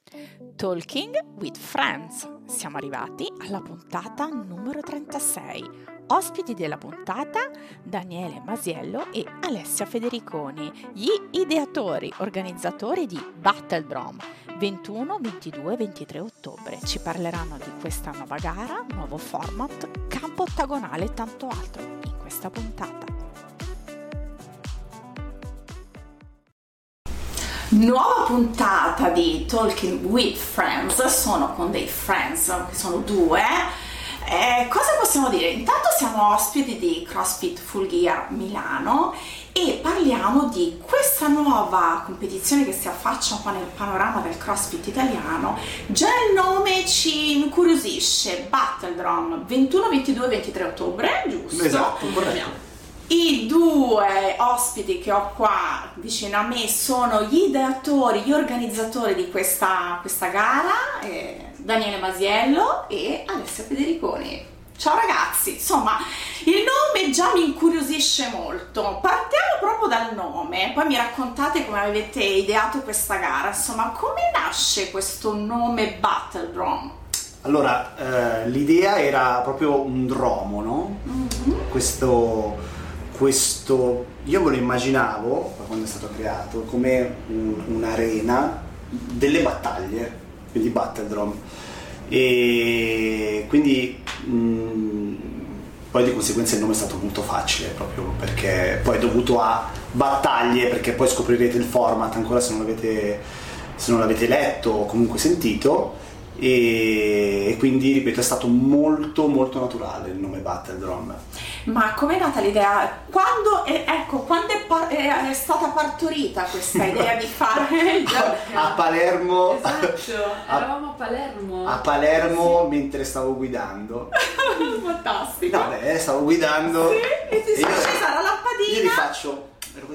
Talking with Friends. Siamo arrivati alla puntata numero 36. Ospiti della puntata Daniele Masiello e Alessia Federiconi, gli ideatori, organizzatori di Battledrome 21, 22, 23 ottobre. Ci parleranno di questa nuova gara, nuovo format, campo ottagonale e tanto altro in questa puntata. Nuova puntata di Talking with Friends, sono con dei friends, che sono due. Cosa possiamo dire? Intanto siamo ospiti di CrossFit Full Gear Milano e parliamo di questa nuova competizione che si affaccia un po' nel panorama del CrossFit italiano. Già il nome ci incuriosisce, Battledrome 21, 22, 23 ottobre, giusto? Esatto, corretto. I due ospiti che ho qua vicino a me sono gli ideatori, gli organizzatori di questa gara, Daniele Masiello e Alessia Federiconi. Ciao ragazzi, insomma il nome già mi incuriosisce molto. Partiamo proprio dal nome, poi mi raccontate come avete ideato questa gara. Insomma, come nasce questo nome Battledrome? Allora, l'idea era proprio un dromo, no? Mm-hmm. Questo io me lo immaginavo quando è stato creato come un'arena delle battaglie, quindi Battledrome, e quindi poi di conseguenza il nome è stato molto facile, proprio perché poi è dovuto a battaglie, perché poi scoprirete il format ancora se non l'avete letto o comunque sentito, e quindi ripeto è stato molto molto naturale il nome Battledrome. Ma com'è nata l'idea? Quando è stata partorita questa idea di fare a Palermo? Esatto, eravamo a Palermo mentre stavo guidando. Fantastico. No, stavo guidando. Sì, e ti sei accesa la lampadina. Io gli faccio,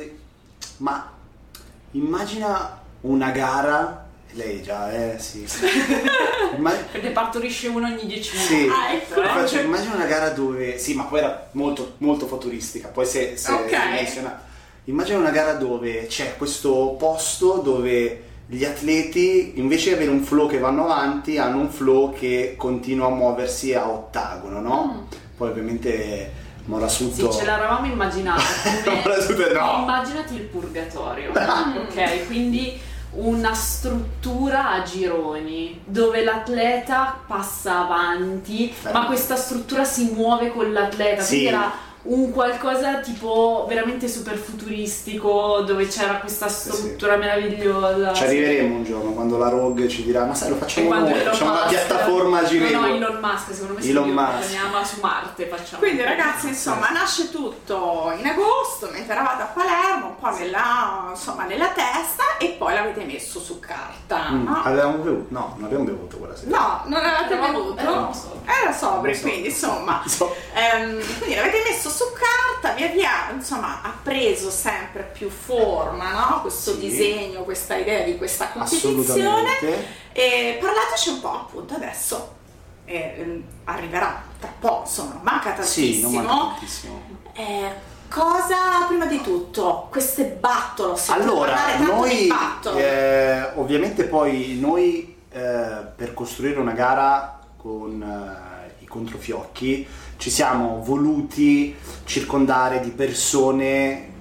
ma immagina una gara. Lei già, sì. Perché partorisce uno ogni 10 minuti. Sì, ecco. immagina una gara dove, sì, ma poi era molto, molto futuristica, poi se menziona. Immagina una gara dove c'è questo posto dove gli atleti, invece di avere un flow che vanno avanti, hanno un flow che continua a muoversi a ottagono, no? Poi ovviamente Morasutto... Sì, ce l'eravamo immaginata come... no. Immaginati il purgatorio. Ok, quindi una struttura a gironi dove l'atleta passa avanti, ma questa struttura si muove con l'atleta, sì. Quindi era un qualcosa tipo veramente super futuristico dove c'era questa struttura meravigliosa. Ci arriveremo un giorno quando la Rogue ci dirà ma sai lo facciamo noi, facciamo una Musk, piattaforma girevole. No, Elon Musk secondo me si torniamo su Marte, facciamo. Quindi ragazzi, insomma, nasce tutto in agosto mentre eravate a Palermo, un po' nella testa, e poi l'avete messo su carta. No? Avevamo bevuto? No, non abbiamo bevuto quella sera. No, non avevate bevuto? Era sobri, quindi insomma quindi l'avete messo su carta, via via insomma ha preso sempre più forma, no? Questo disegno, questa idea di questa competizione. E parlateci un po', appunto, adesso arriverà tra poco, insomma, manca tantissimo. Sì, non manca tantissimo. Cosa, prima di tutto, queste battle? Allora, noi ovviamente poi noi per costruire una gara con i controfiocchi ci siamo voluti circondare di persone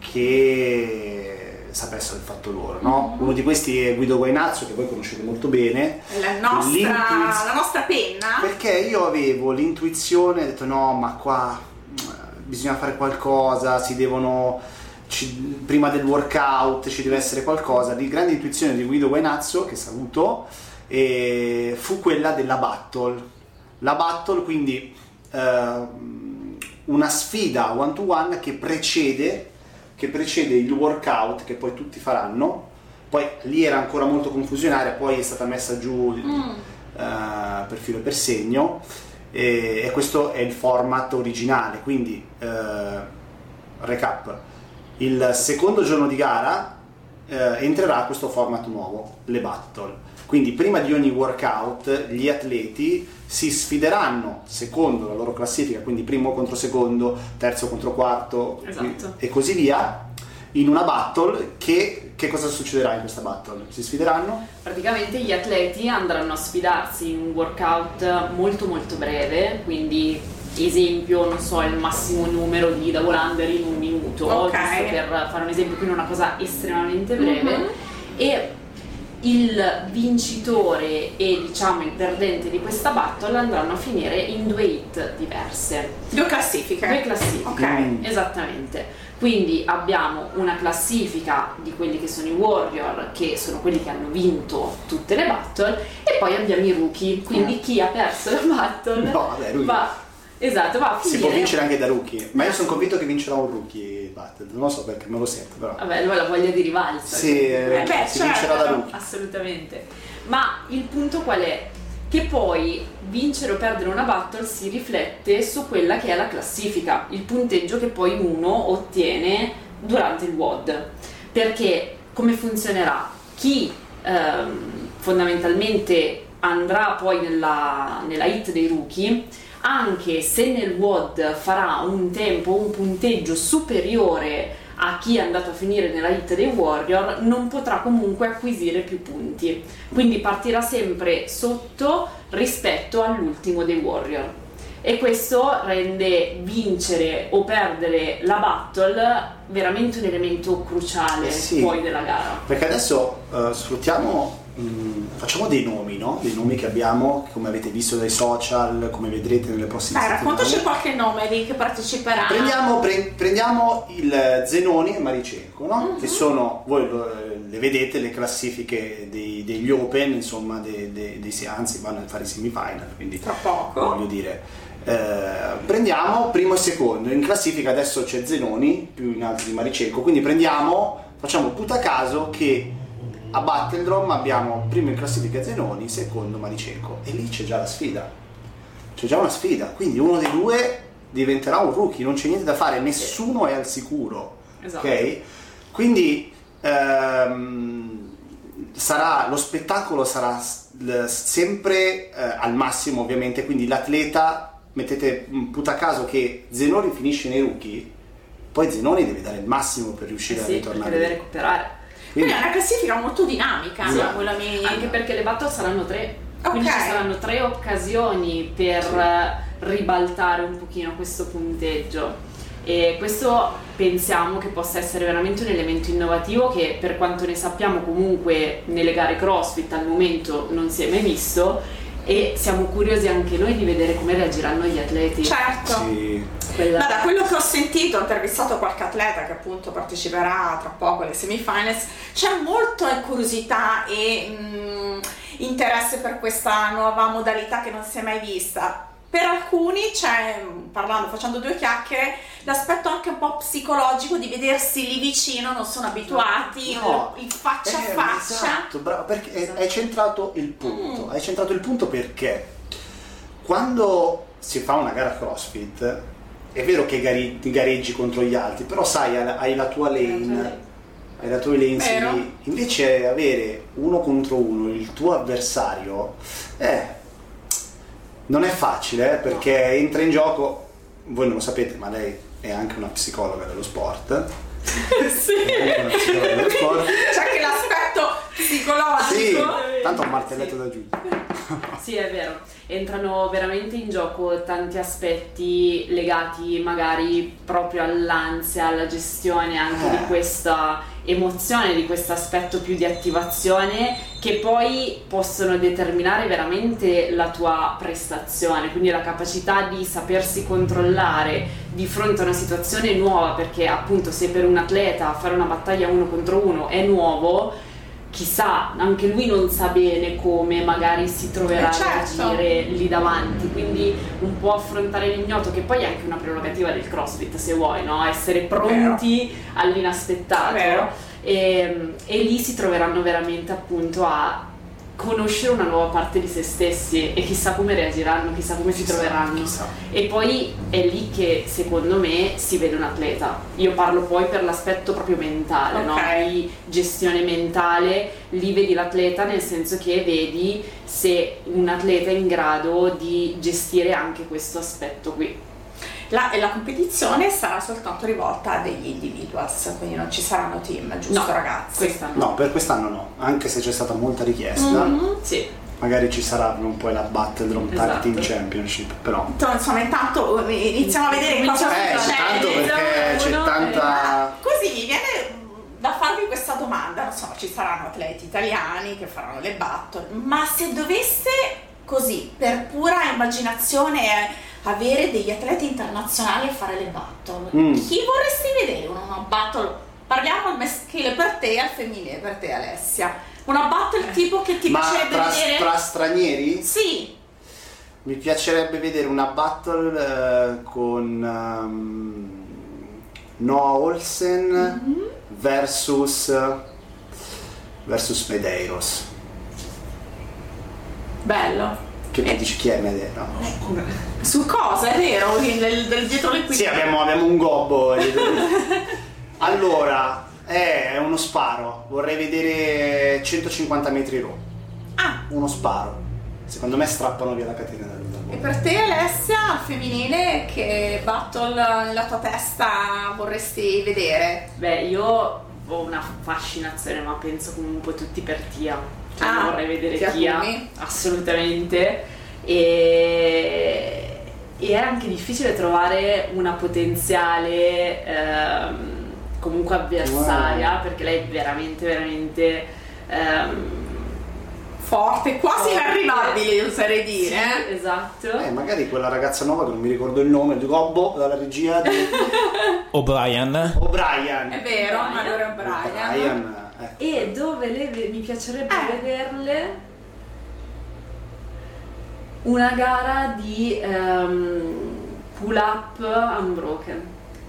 che sapessero il fatto loro, no? Uno di questi è Guido Guainazzo, che voi conoscete molto bene, la nostra penna, perché io avevo l'intuizione, ho detto no, ma qua bisogna fare qualcosa, prima del workout ci deve essere qualcosa. Di grande intuizione di Guido Guainazzo, che saluto, fu quella della battle. La battle, quindi una sfida one to one che precede il workout che poi tutti faranno. Poi lì era ancora molto confusionaria, poi è stata messa giù per filo e per segno, e questo è il format originale. Quindi recap: il secondo giorno di gara entrerà questo format nuovo, le battle. Quindi prima di ogni workout gli atleti si sfideranno secondo la loro classifica, quindi primo contro secondo, terzo contro quarto, esatto, e così via, in una battle. Che cosa succederà in questa battle? Si sfideranno? Praticamente gli atleti andranno a sfidarsi in un workout molto molto breve, quindi esempio, non so, il massimo numero di double under in un minuto, giusto per fare un esempio, quindi una cosa estremamente breve. E il vincitore e diciamo il perdente di questa battle andranno a finire in 2 hit diverse. 2 classifiche. 2 classifiche, esattamente. Quindi abbiamo una classifica di quelli che sono i warrior, che sono quelli che hanno vinto tutte le battle, e poi abbiamo i rookie, quindi chi ha perso la battle va a finire. Si può vincere anche da rookie, ma io sono convinto che vincerà un rookie battle, non lo so perché me lo sento, però. Vabbè, lui ha la voglia di rivalsa. Si vincerà da rookie. Assolutamente. Ma il punto qual è? Che poi vincere o perdere una battle si riflette su quella che è la classifica, il punteggio che poi uno ottiene durante il WOD. Perché come funzionerà? Chi fondamentalmente andrà poi nella hit dei rookie, anche se nel WOD farà un tempo, un punteggio superiore a chi è andato a finire nella hit dei warrior, non potrà comunque acquisire più punti, quindi partirà sempre sotto rispetto all'ultimo dei warrior, e questo rende vincere o perdere la battle veramente un elemento cruciale poi della gara. Perché adesso facciamo dei nomi, no? Dei nomi che abbiamo, come avete visto dai social, come vedrete nelle prossime settimane. Raccontaci qualche nome lì che parteciperà. Prendiamo il Zenoni e Marichenko, no? Che sono, voi le vedete, le classifiche degli Open, insomma, anzi vanno a fare i semifinal, quindi tra poco. Voglio dire, prendiamo primo e secondo, in classifica adesso c'è Zenoni, più in alto di Marichenko, quindi facciamo puta caso che a Battledrom abbiamo primo in classifica Zenoni, secondo Marichenko, e lì c'è già la sfida, c'è già una sfida, quindi uno dei due diventerà un rookie, non c'è niente da fare, nessuno è al sicuro. Esatto. Ok? Quindi lo spettacolo sarà sempre al massimo, ovviamente, quindi l'atleta, mettete puta caso che Zenoni finisce nei rookie, poi Zenoni deve dare il massimo per riuscire a ritornare, perché deve recuperare. Quindi è una classifica molto dinamica, anche perché le battle saranno 3, quindi ci saranno 3 occasioni per ribaltare un pochino questo punteggio, e questo pensiamo che possa essere veramente un elemento innovativo che, per quanto ne sappiamo, comunque nelle gare CrossFit al momento non si è mai visto, e siamo curiosi anche noi di vedere come reagiranno gli atleti. Certo. Ma da quello che ho sentito, ho intervistato qualche atleta che appunto parteciperà tra poco alle semifinals, c'è molta curiosità e interesse per questa nuova modalità che non si è mai vista. Per alcuni c'è, facendo 2 chiacchiere, l'aspetto anche un po' psicologico di vedersi lì vicino, non sono abituati, il faccia a faccia. Esatto, bravo, perché hai centrato il punto. Hai centrato il punto perché quando si fa una gara CrossFit è vero che gareggi contro gli altri, però sai, hai la tua lane, hai la tua lane, invece avere uno contro uno il tuo avversario non è facile, perché entra in gioco, voi non lo sapete, ma lei è anche una psicologa dello sport. C'è anche l'aspetto psicologico. Tanto ho un martelletto da giù. Sì, è vero, entrano veramente in gioco tanti aspetti legati magari proprio all'ansia, alla gestione anche di questa emozione, di questo aspetto più di attivazione, che poi possono determinare veramente la tua prestazione, quindi la capacità di sapersi controllare di fronte a una situazione nuova, perché appunto se per un atleta fare una battaglia 1 contro 1 è nuovo, chissà, anche lui non sa bene come magari si troverà a agire lì davanti, quindi un po' affrontare l'ignoto, che poi è anche una prerogativa del CrossFit, se vuoi, no? Essere pronti all'inaspettato, e lì si troveranno veramente appunto a conoscere una nuova parte di se stessi, e chissà come reagiranno, chissà come si troveranno. E poi è lì che secondo me si vede un atleta. Io parlo poi per l'aspetto proprio mentale, no? Di gestione mentale, lì vedi l'atleta, nel senso che vedi se un atleta è in grado di gestire anche questo aspetto qui. la competizione sarà soltanto rivolta a degli individuals, quindi non ci saranno team, giusto ragazzi? Quest'anno. No, per quest'anno no, anche se c'è stata molta richiesta. Sì. Magari ci sarà un po' la Battledrome Tag Team Championship, però. Insomma, intanto iniziamo a vedere cosa succede. Tanto perché c'è tanta. Così mi viene da farvi questa domanda, insomma, ci saranno atleti italiani che faranno le battle, ma se dovesse così, per pura immaginazione, avere degli atleti internazionali a fare le battle, chi vorresti vedere una battle? Parliamo al maschile per te e al femminile per te, Alessia. Una battle tipo che ti piacerebbe vedere? Tra stranieri? Sì. Mi piacerebbe vedere una battle con Noah Olsen versus Medeiros. Bello. Che mi dici chi è Medeiros? Su cosa? È vero? Del dietro le quinte. Sì, abbiamo un gobbo. Allora, è uno sparo. Vorrei vedere 150 metri raw. Uno sparo. Secondo me strappano via la catena da E per te, Alessia, al femminile, che battle nella tua testa vorresti vedere? Beh, io ho una fascinazione, ma penso come un po' tutti per Tia. Cioè, vorrei vedere Tia, assolutamente. E è anche difficile trovare una potenziale comunque avversaria, perché lei è veramente forte, quasi inarrivabile, oserei dire. Sì, esatto. Magari quella ragazza nuova che non mi ricordo il nome, il gobbo dalla regia di O'Brien. È vero, allora O'Brien. E dove mi piacerebbe vederle una gara di pull up unbroken.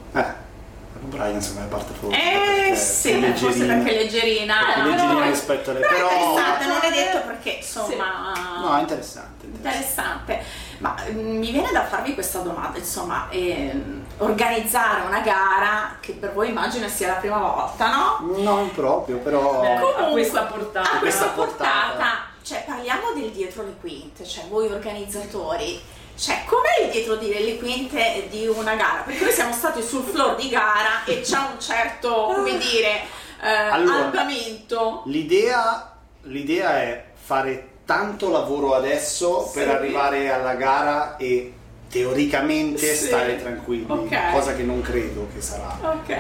O'Brien secondo me parte fuori. Sì, forse perché è leggerina. Leggerina rispetto alle. Però è interessante, non è detto perché insomma. No, è interessante. Ma mi viene da farvi questa domanda, insomma, organizzare una gara che per voi immagino sia la prima volta, no? Non proprio, però comunque, a questa portata. Cioè, parliamo del dietro le quinte, cioè voi organizzatori. Cioè, com'è il dietro le quinte di una gara? Perché noi siamo stati sul floor di gara e c'è un certo, come dire, andamento. L'idea è fare tanto lavoro adesso per arrivare alla gara e teoricamente stare tranquilli, cosa che non credo che sarà.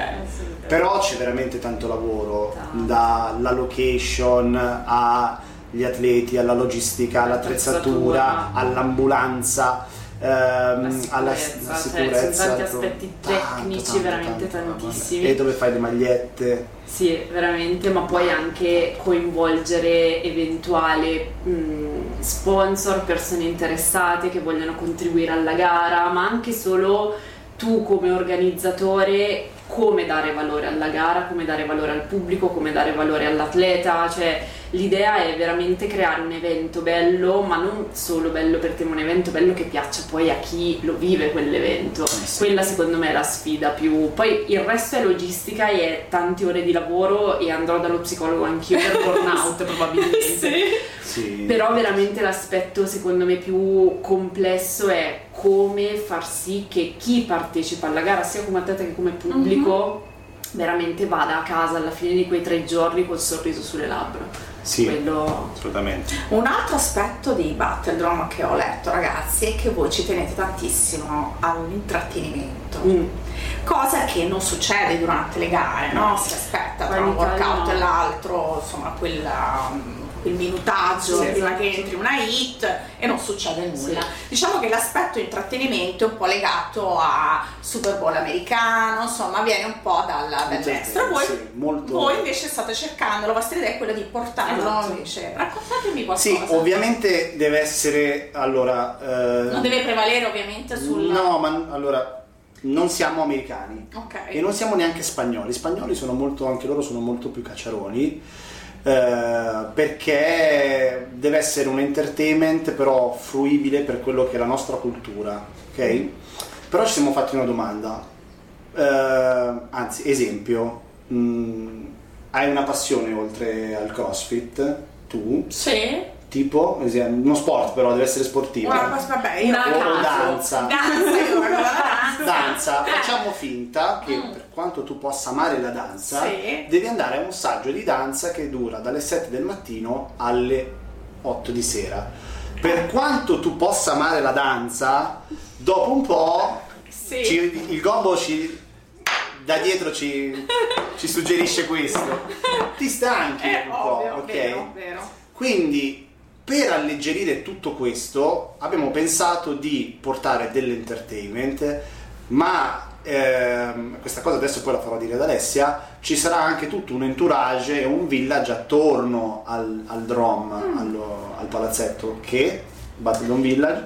Però c'è veramente tanto lavoro, dalla location agli atleti, alla logistica, all'attrezzatura, all'ambulanza, alla sicurezza. Sono tanti aspetti tecnici, veramente tantissimi. E dove fai le magliette? Sì, veramente, ma puoi anche coinvolgere eventuali sponsor, persone interessate che vogliono contribuire alla gara, ma anche solo tu come organizzatore, come dare valore alla gara, come dare valore al pubblico, come dare valore all'atleta. Cioè, l'idea è veramente creare un evento bello, ma non solo bello per te, ma un evento bello che piaccia poi a chi lo vive quell'evento. Quella secondo me è la sfida più. Poi il resto è logistica e è tante ore di lavoro, e andrò dallo psicologo anch'io per burnout probabilmente. Sì. Però veramente l'aspetto secondo me più complesso è come far sì che chi partecipa alla gara, sia come atleta che come pubblico, veramente vada a casa alla fine di quei 3 giorni col sorriso sulle labbra. Sì, quello... assolutamente. Un altro aspetto di Battledrome che ho letto, ragazzi, è che voi ci tenete tantissimo all'intrattenimento, cosa che non succede durante le gare, no? Si aspetta tra un workout e l'altro, insomma, quel minutaggio prima che entri una hit, e non succede nulla. Diciamo che l'aspetto intrattenimento è un po' legato a Super Bowl americano, insomma viene un po' dall'estero. Voi invece state cercando, la vostra idea è quella di portarlo invece. Raccontatemi qualcosa. Sì, ovviamente deve essere, allora non deve prevalere ovviamente sul... No, ma allora non siamo americani, e non siamo neanche spagnoli. Gli spagnoli sono molto, anche loro sono molto più cacciaroni, perché deve essere un entertainment però fruibile per quello che è la nostra cultura, ok? Però ci siamo fatti una domanda, anzi, esempio, hai una passione oltre al CrossFit, tu? Sì. tipo uno sport, però deve essere sportivo. Una cosa, vabbè, io o danza. Io guardo la Danza, facciamo finta che per quanto tu possa amare la danza, devi andare a un saggio di danza che dura dalle 7 del mattino alle 8 di sera. Per quanto tu possa amare la danza, dopo un po' il gobbo da dietro ci suggerisce questo. Ti stanchi un po', ok? Vero. Quindi per alleggerire tutto questo abbiamo pensato di portare dell'entertainment, ma questa cosa adesso poi la farò dire ad Alessia, ci sarà anche tutto un entourage e un village attorno al Drom, al palazzetto, che Battledon Village.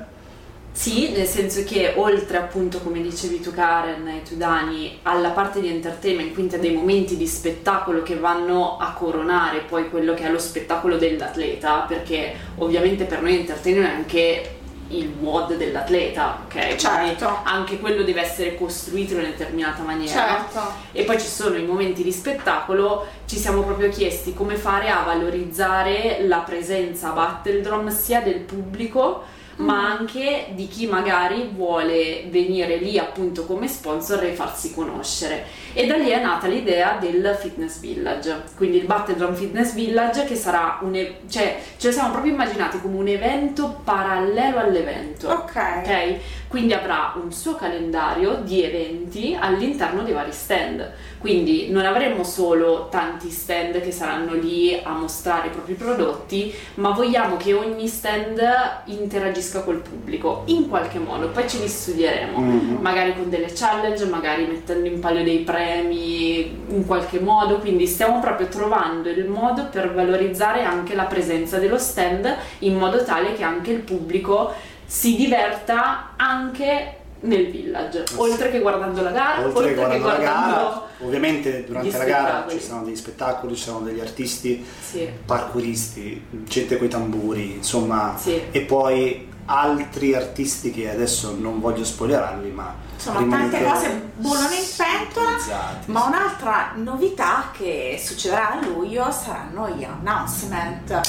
Sì, nel senso che oltre appunto, come dicevi tu Karen e tu Dani, alla parte di entertainment, quindi a dei momenti di spettacolo che vanno a coronare poi quello che è lo spettacolo dell'atleta, perché ovviamente per noi entertainment è anche il WOD dell'atleta, ok? Certo. Quindi anche quello deve essere costruito in una determinata maniera. Certo. E poi ci sono i momenti di spettacolo, ci siamo proprio chiesti come fare a valorizzare la presenza a Battledrum sia del pubblico ma anche di chi magari vuole venire lì appunto come sponsor e farsi conoscere. E da lì è nata l'idea del Fitness Village, quindi il Battledrum Fitness Village, che sarà ce lo siamo proprio immaginati come un evento parallelo all'evento. Ok? Quindi avrà un suo calendario di eventi all'interno dei vari stand, quindi non avremo solo tanti stand che saranno lì a mostrare i propri prodotti, ma vogliamo che ogni stand interagisca col pubblico in qualche modo. Poi ce li studieremo, magari con delle challenge, magari mettendo in palio dei premi in qualche modo, quindi stiamo proprio trovando il modo per valorizzare anche la presenza dello stand, in modo tale che anche il pubblico si diverta anche nel village, oltre che guardando la gara, oltre che guardando la gara. Ovviamente durante la gara ci saranno degli spettacoli, ci saranno degli artisti, parkouristi, gente coi tamburi, insomma, e poi altri artisti che adesso non voglio spoilerarli, ma insomma tante cose buonone in pentola. Ma un'altra novità che succederà a luglio saranno gli announcement.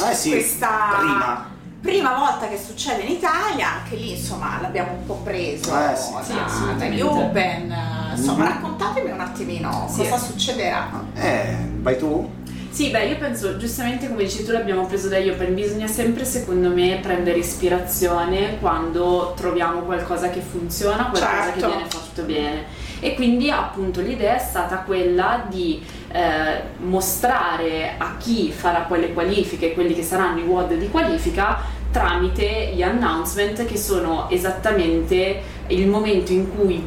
Questa prima volta che succede in Italia, anche lì insomma l'abbiamo un po' preso dagli Open, insomma raccontatemi un attimino cosa succederà. Vai tu? Sì, io penso, giustamente come dici tu, l'abbiamo preso dagli Open, bisogna sempre secondo me prendere ispirazione quando troviamo qualcosa che funziona, qualcosa che viene fatto bene, e quindi appunto l'idea è stata quella di mostrare a chi farà poi le qualifiche, quelli che saranno i WOD di qualifica, tramite gli announcement, che sono esattamente il momento in cui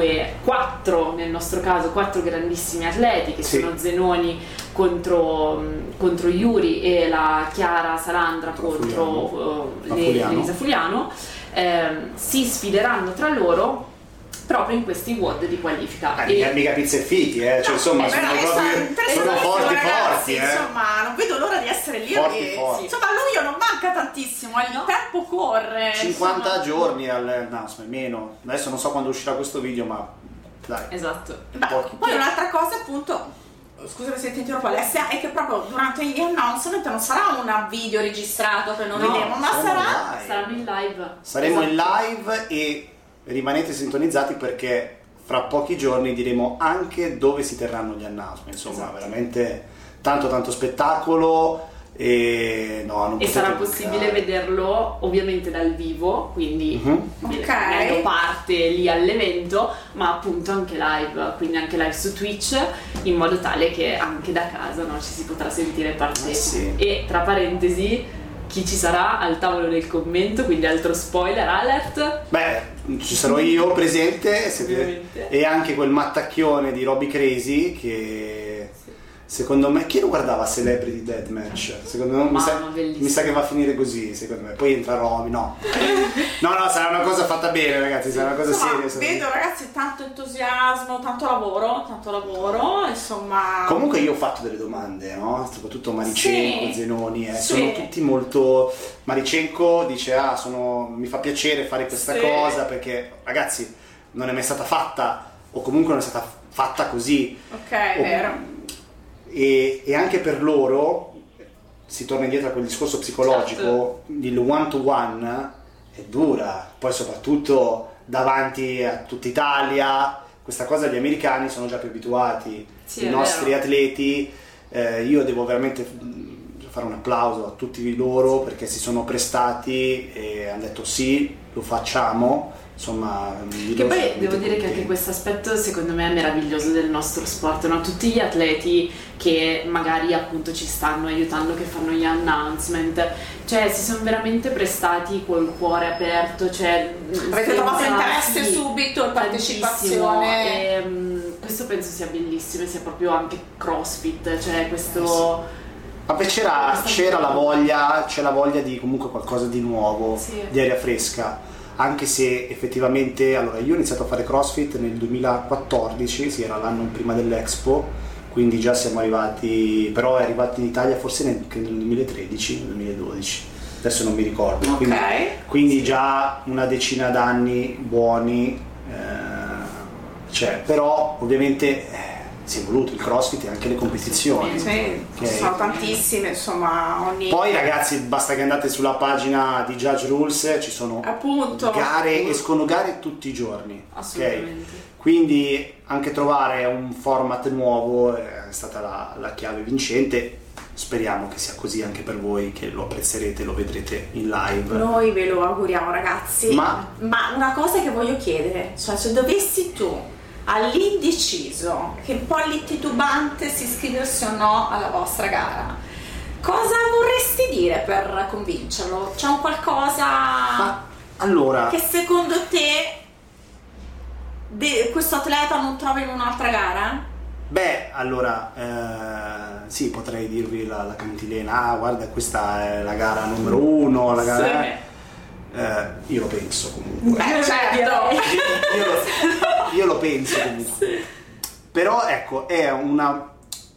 nel nostro caso 4 grandissimi atleti, che sono Zenoni contro Yuri e la Chiara Salandra contro Elisa Fuliano, si sfideranno tra loro proprio in questi WOD di qualifica. Mica pizze e fichi, cioè insomma sono forti, insomma non vedo l'ora di essere lì. Forti. Insomma a luglio non manca tantissimo, il tempo corre. 50 giorni all'announcement, meno. Adesso non so quando uscirà questo video, ma dai. Esatto. Poi un'altra cosa appunto, scusami se ti interrompo Alessia, è che proprio durante gli announcement non sarà un video registrato che non vedremo, ma saranno in live. Saremo in live e rimanete sintonizzati, perché fra pochi giorni diremo anche dove si terranno gli announcement. Insomma, veramente tanto spettacolo, e sarà possibile vederlo ovviamente dal vivo, quindi prendendo parte lì all'evento, ma appunto anche live, quindi anche live su Twitch, in modo tale che anche da casa ci si potrà sentire partecipi. E tra parentesi, chi ci sarà al tavolo del commento, quindi altro spoiler alert? Ci sarò io presente, e anche quel mattacchione di Robbie Crazy che secondo me, chi lo guardava Celebrity Deathmatch? Secondo me mi sa che va a finire così, secondo me. Poi entra Romy, no, sarà una cosa fatta bene, ragazzi, sarà una cosa seria. Vedo ragazzi tanto entusiasmo, tanto lavoro, insomma. Comunque io ho fatto delle domande, soprattutto Maricenko, Zenoni, sono tutti molto. Maricenko dice mi fa piacere fare questa cosa, perché ragazzi non è mai stata fatta, o comunque non è stata fatta così. Vero. E anche per loro si torna indietro a quel discorso psicologico, il one to one è dura, poi soprattutto davanti a tutta Italia, questa cosa gli americani sono già più abituati, i nostri atleti, io devo veramente fare un applauso a tutti loro perché si sono prestati e hanno detto sì, lo facciamo. Insomma, che poi devo dire che anche questo aspetto secondo me è meraviglioso del nostro sport, no? Tutti gli atleti che magari appunto ci stanno aiutando, che fanno gli announcement, cioè si sono veramente prestati col cuore aperto, cioè avete trovato interesse subito e partecipazione, e questo penso sia bellissimo e sia proprio anche CrossFit, cioè questo ma c'era la voglia, c'è la voglia di comunque qualcosa di nuovo, di aria fresca. Anche se effettivamente, allora io ho iniziato a fare CrossFit nel 2014, sì, era l'anno prima dell'Expo, quindi già siamo arrivati, però è arrivato in Italia forse nel 2013, nel 2012, adesso non mi ricordo, quindi già una decina d'anni buoni c'è, però ovviamente si è evoluto il CrossFit e anche le competizioni. Sono tantissime, insomma. Poi ragazzi, basta che andate sulla pagina di Judge Rules, ci sono gare, escono gare tutti i giorni. Assolutamente. Quindi anche trovare un format nuovo è stata la chiave vincente. Speriamo che sia così anche per voi, che lo apprezzerete, lo vedrete in live. Noi ve lo auguriamo, ragazzi. Ma una cosa che voglio chiedere, cioè se dovessi tu all'indeciso, che un po' lì titubante, si iscriversi o no alla vostra gara, cosa vorresti dire per convincerlo? C'è un qualcosa allora, che secondo te questo atleta non trova in un'altra gara? Beh, allora sì, potrei dirvi la cantilena, guarda, questa è la gara numero 1, la gara io lo penso comunque. Certo. Io lo penso comunque. Però ecco, è un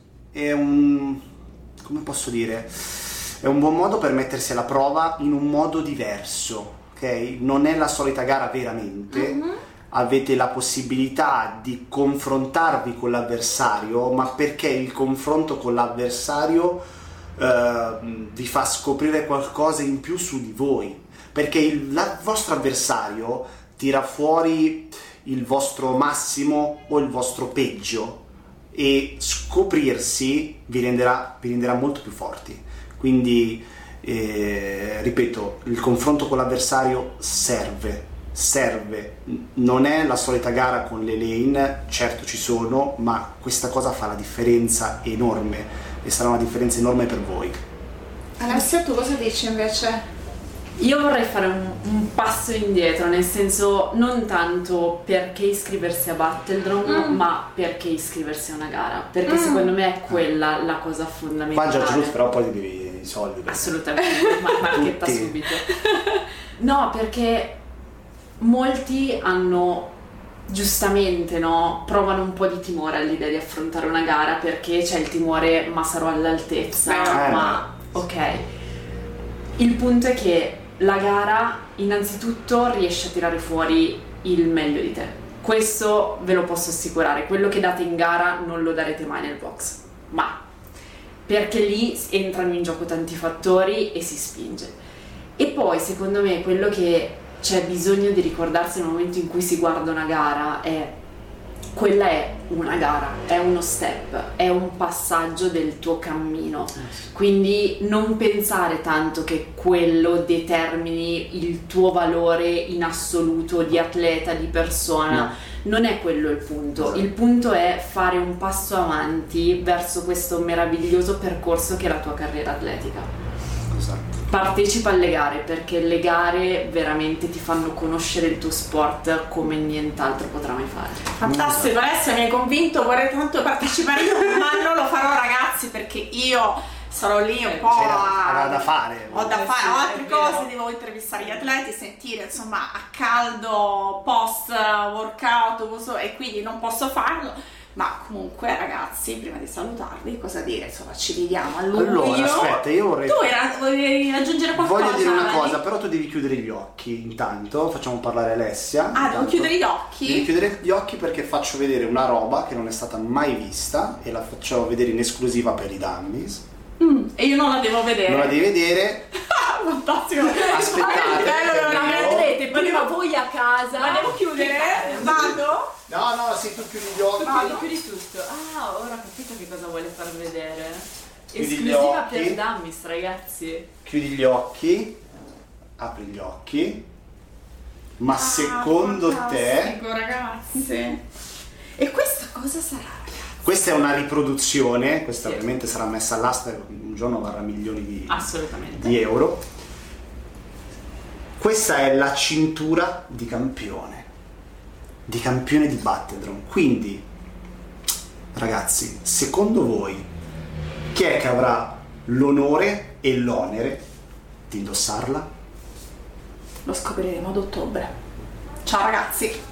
come posso dire, è un buon modo per mettersi alla prova in un modo diverso, ok? Non è la solita gara veramente. Avete la possibilità di confrontarvi con l'avversario, ma perché il confronto con l'avversario vi fa scoprire qualcosa in più su di voi, perché il vostro avversario tira fuori il vostro massimo o il vostro peggio, e scoprirsi vi renderà molto più forti. Quindi ripeto, il confronto con l'avversario serve, non è la solita gara con le lane, certo ci sono, ma questa cosa fa la differenza enorme e sarà una differenza enorme per voi. Alessia, tu cosa dici invece? Io vorrei fare un passo indietro, nel senso, non tanto perché iscriversi a Battledrome, ma perché iscriversi a una gara, perché secondo me è quella la cosa fondamentale. Qua già però poi ti devi i soldi. Assolutamente, marchetta subito. No, perché molti hanno giustamente, no, provano un po' di timore all'idea di affrontare una gara, perché c'è il timore, ma sarò all'altezza, ma ok. Il punto è che la gara innanzitutto riesce a tirare fuori il meglio di te, questo ve lo posso assicurare. Quello che date in gara non lo darete mai nel box, ma perché lì entrano in gioco tanti fattori e si spinge. E poi secondo me quello che c'è bisogno di ricordarsi nel momento in cui si guarda una gara è: quella è una gara, è uno step, è un passaggio del tuo cammino, quindi non pensare tanto che quello determini il tuo valore in assoluto di atleta, di persona, non è quello il punto. Il punto è fare un passo avanti verso questo meraviglioso percorso che è la tua carriera atletica. Partecipa alle gare, perché le gare veramente ti fanno conoscere il tuo sport come nient'altro potrà mai fare. Fantastico, adesso mi hai convinto, vorrei tanto partecipare io, ma non lo farò, ragazzi, perché io sarò lì un po' da fare. Ho altre cose, devo intervistare gli atleti, sentire insomma a caldo post workout, e quindi non posso farlo. Ma comunque, ragazzi, prima di salutarvi, cosa dire? Insomma, ci vediamo a luglio. Allora, aspetta, io vorrei... Tu volevi aggiungere qualcosa? Voglio dire una cosa, però tu devi chiudere gli occhi intanto, facciamo parlare Alessia. Devo chiudere gli occhi? Devi chiudere gli occhi, perché faccio vedere una roba che non è stata mai vista e la faccio vedere in esclusiva per i dummies. E io non la devo vedere. Non la devi vedere. Fantastico. Aspettate. La vedrete prima voi a casa. La devo chiudere? Vado? No, se tu chiudi gli occhi. Chiudi tutto. Ah, ora ho capito che cosa vuole far vedere. Chiudi gli Esclusiva occhi. per Dummies, ragazzi. Chiudi gli occhi. Apri gli occhi. Ma secondo te... Fantastico, ragazzi. E questa cosa sarà, ragazzi? Questa è una riproduzione, questa ovviamente sarà messa all'asta, un giorno varrà milioni Assolutamente. di euro. Questa è la cintura di campione di Battledron. Quindi, ragazzi, secondo voi chi è che avrà l'onore e l'onere di indossarla? Lo scopriremo ad ottobre. Ciao ragazzi.